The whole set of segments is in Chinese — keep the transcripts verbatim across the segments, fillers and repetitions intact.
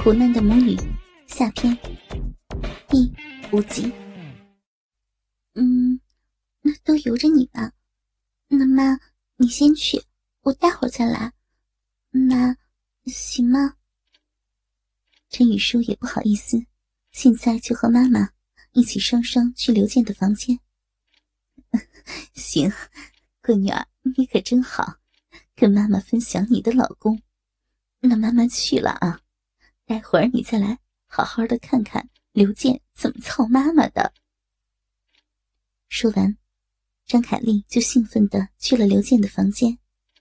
苦难的母女下篇第五集。嗯，那都由着你吧。那妈，你先去，我待会儿再来。那行吗？陈雨舒也不好意思，现在就和妈妈一起双双去刘健的房间。行，闺女儿，你可真好，跟妈妈分享你的老公。那妈妈去了啊，待会儿你再来好好的看看刘健怎么操妈妈的。说完，张凯丽就兴奋地去了刘健的房间。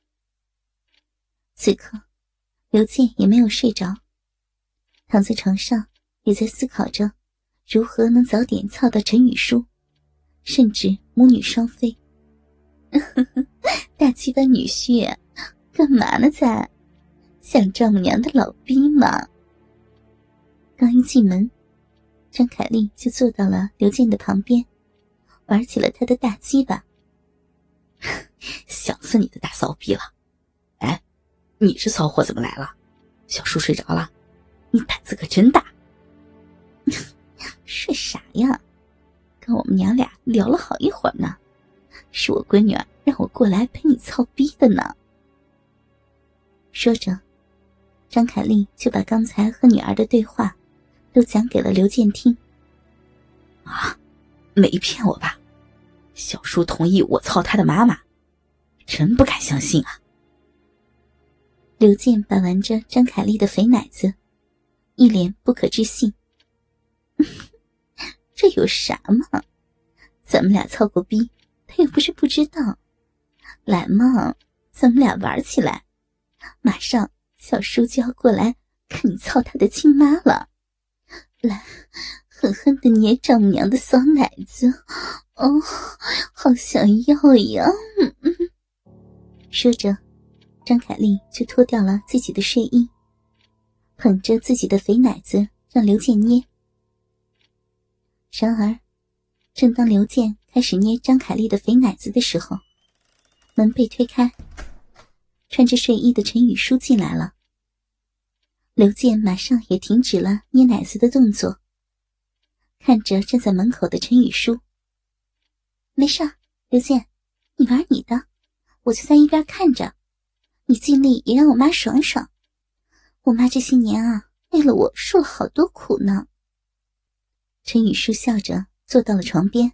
此刻刘健也没有睡着，躺在床上也在思考着如何能早点操到陈雨舒，甚至母女双飞。大鸡巴女婿干嘛呢在？想丈母娘的老逼吗？刚一进门，张凯丽就坐到了刘健的旁边，玩起了他的大鸡巴。 想死你的大骚逼了！哎，你这骚货怎么来了？小叔睡着了，你胆子可真大。 睡啥呀？跟我们娘俩聊了好一会儿呢，是我闺女儿让我过来陪你操逼的呢。说着，张凯丽就把刚才和女儿的对话都讲给了刘健听。 啊，没骗我吧？小叔同意我操他的妈妈，真不敢相信啊！ 刘健把玩着张凯丽的肥奶子，一脸不可置信。这有啥嘛？咱们俩操过逼，他又不是不知道。来嘛，咱们俩玩起来！马上小叔就要过来看你操他的亲妈了。来，狠狠地捏丈母娘的骚奶子，哦，好想要呀！嗯嗯。说着，张凯丽就脱掉了自己的睡衣，捧着自己的肥奶子让刘健捏。然而，正当刘健开始捏张凯丽的肥奶子的时候，门被推开，穿着睡衣的陈雨舒进来了。刘健马上也停止了捏奶子的动作，看着站在门口的陈雨舒。没事儿，刘健，你玩你的，我就在一边看着，你尽力也让我妈爽爽。我妈这些年啊，为了我受了好多苦呢。陈雨舒笑着坐到了床边。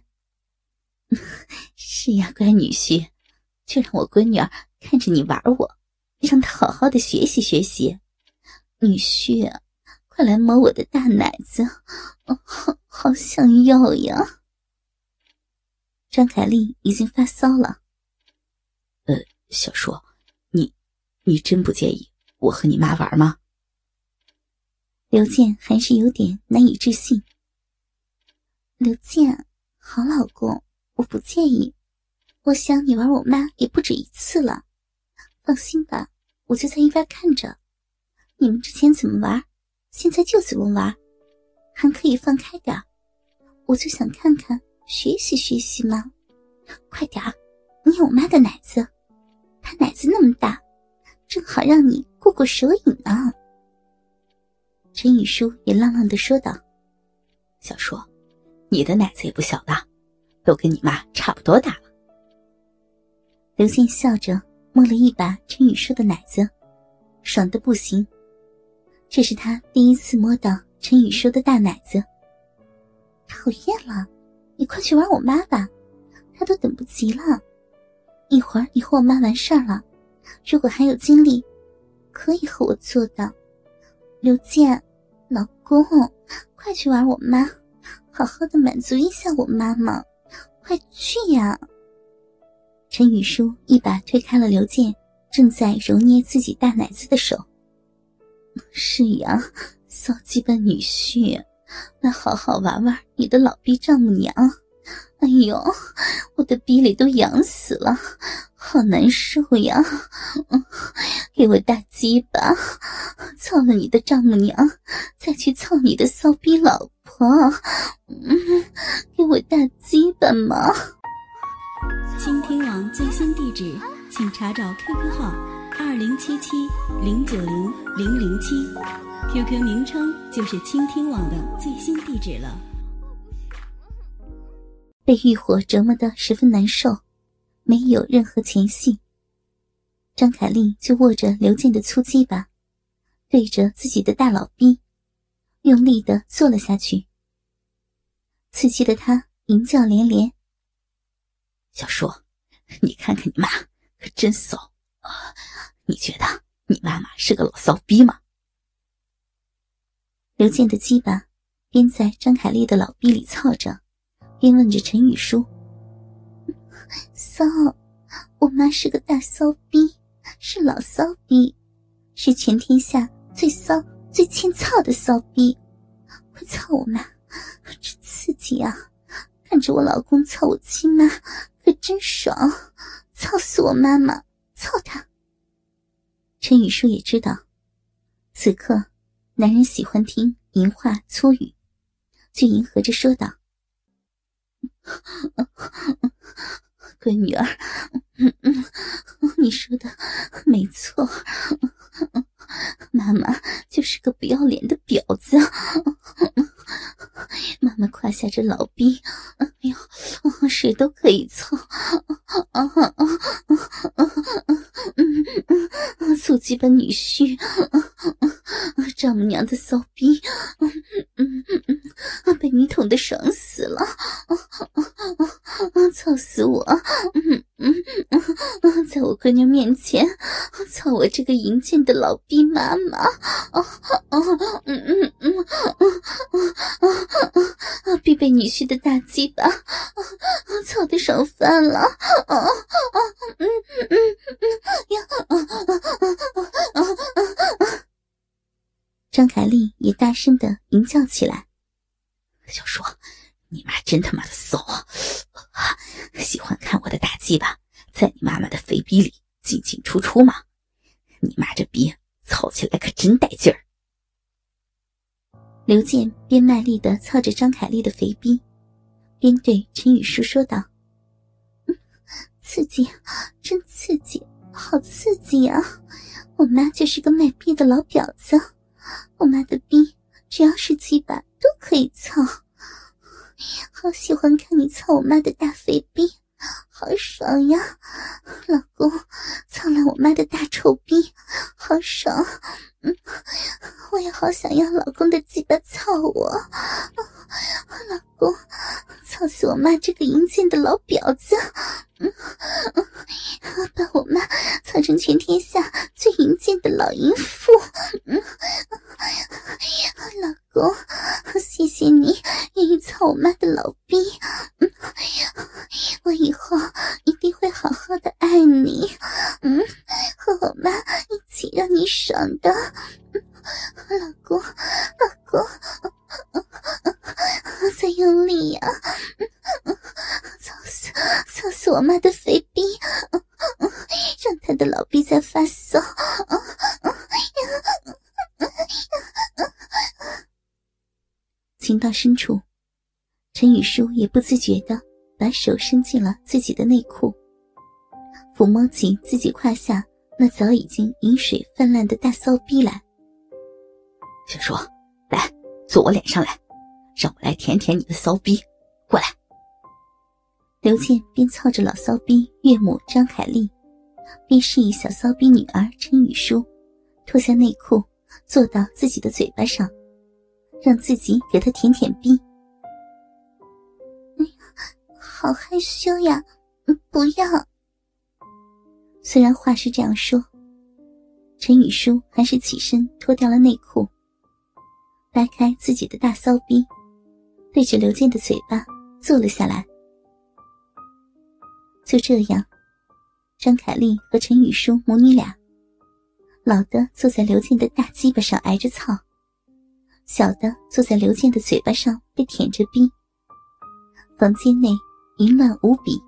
是呀，乖女婿，就让我闺女儿看着你玩我，让她好好的学习学习。女婿，快来摸我的大奶子，哦，好好想要呀！张凯丽已经发骚了。 呃，小叔，你，你真不介意我和你妈玩吗？ 刘健还是有点难以置信。刘健，好老公，我不介意。我想你玩我妈也不止一次了。放心吧，我就在一边看着。你们之前怎么玩，现在就怎么玩，还可以放开点，我就想看看学习学习嘛。快点儿，捏我妈的奶子，她奶子那么大，正好让你过过手瘾呢。陈雨舒也浪浪地说道。 小叔，你的奶子也不小了，都跟你妈差不多大了。 刘健笑着摸了一把陈雨舒的奶子，爽得不行。这是他第一次摸到陈雨舒的大奶子。讨厌了，你快去玩我妈吧，她都等不及了。一会儿你和我妈完事儿了，如果还有精力，可以和我做到。刘健，老公，快去玩我妈，好好的满足一下我妈妈，快去呀！陈雨舒一把推开了刘健正在揉捏自己大奶子的手。是呀，骚鸡巴女婿，来好好玩玩你的老逼丈母娘。哎呦，我的逼里都痒死了，好难受呀！嗯，给我大鸡巴，操了你的丈母娘，再去操你的骚逼老婆。嗯，给我大鸡巴嘛！ 倾听网最新地址，请查找 Q Q 号二零七七零九零零零七。 ，Q Q 名称就是倾听网的最新地址了。 被欲火折磨得十分难受，没有任何前戏。张凯丽就握着刘健的粗鸡巴，对着自己的大老逼，用力地坐了下去。刺激的他淫叫连连：“ 小叔，你看看你妈，可真骚啊！你觉得你妈妈是个老骚逼吗？” 刘健的鸡巴边在张凯丽的老逼里操着，边问着陈雨舒：“骚，我妈是个大骚逼，是老骚逼，是全天下最骚最欠操的骚逼，会操我妈，真刺激啊！看着我老公操我亲妈，可真爽，操死我妈妈，操她！”陈雨舒也知道，此刻男人喜欢听淫话粗语，就迎合着说道：“闺女儿，嗯嗯，你说的没错，妈妈就是个不要脸的婊子。妈妈胯下这老逼，哎呦，谁都可以操。粗鸡巴女婿，丈母娘的骚逼，被你捅得爽死了，操死我！在我闺女面前操我这个淫贱的老逼妈妈，必被女婿的大鸡巴操得爽翻了。张凯丽也大声地淫叫起来：“ 小叔，你妈真他妈的骚啊！喜欢看我的大鸡巴在你妈妈的肥逼里进进出出吗？你妈这逼操起来可真带劲儿。” 刘健边卖力地操着张凯丽的肥逼，边对陈雨舒说道：“刺激，真刺激，好刺激啊！我妈就是个卖逼的老婊子，我妈的逼只要是鸡巴都可以操，好喜欢看你操我妈的大肥逼，好爽呀！老公，操了我妈的大臭逼，好爽！嗯，我也好想要老公的鸡巴操我，老公，操死我妈这个淫贱的老婊子！嗯，把我妈操成全天下最淫贱的老淫妇！嗯，老公，谢谢你愿意操我妈的老逼，嗯，我以后一定会好好的爱你，嗯，和我妈一起让你爽的，嗯，老公，老公，再用力呀，操死，操死我妈的肥逼，让她的老逼在发骚。情到深处，陈雨舒也不自觉地把手伸进了自己的内裤，抚摸起自己胯下那早已经饮水泛滥的大骚逼来。 小叔，来，坐我脸上来，让我来舔舔你的骚逼，过来。 刘健边操着老骚逼岳母张凯丽，边示意小骚逼女儿陈雨舒脱下内裤坐到自己的嘴巴上，让自己给她舔舔逼。哎呀，好害羞呀，不要。虽然话是这样说，陈雨舒还是起身脱掉了内裤，掰开自己的大骚逼，对着刘健的嘴巴坐了下来。就这样，张凯丽和陈雨舒母女俩，老的坐在刘健的大鸡巴上挨着操，小的坐在刘健的嘴巴上被舔着逼。房间内淫乱无比。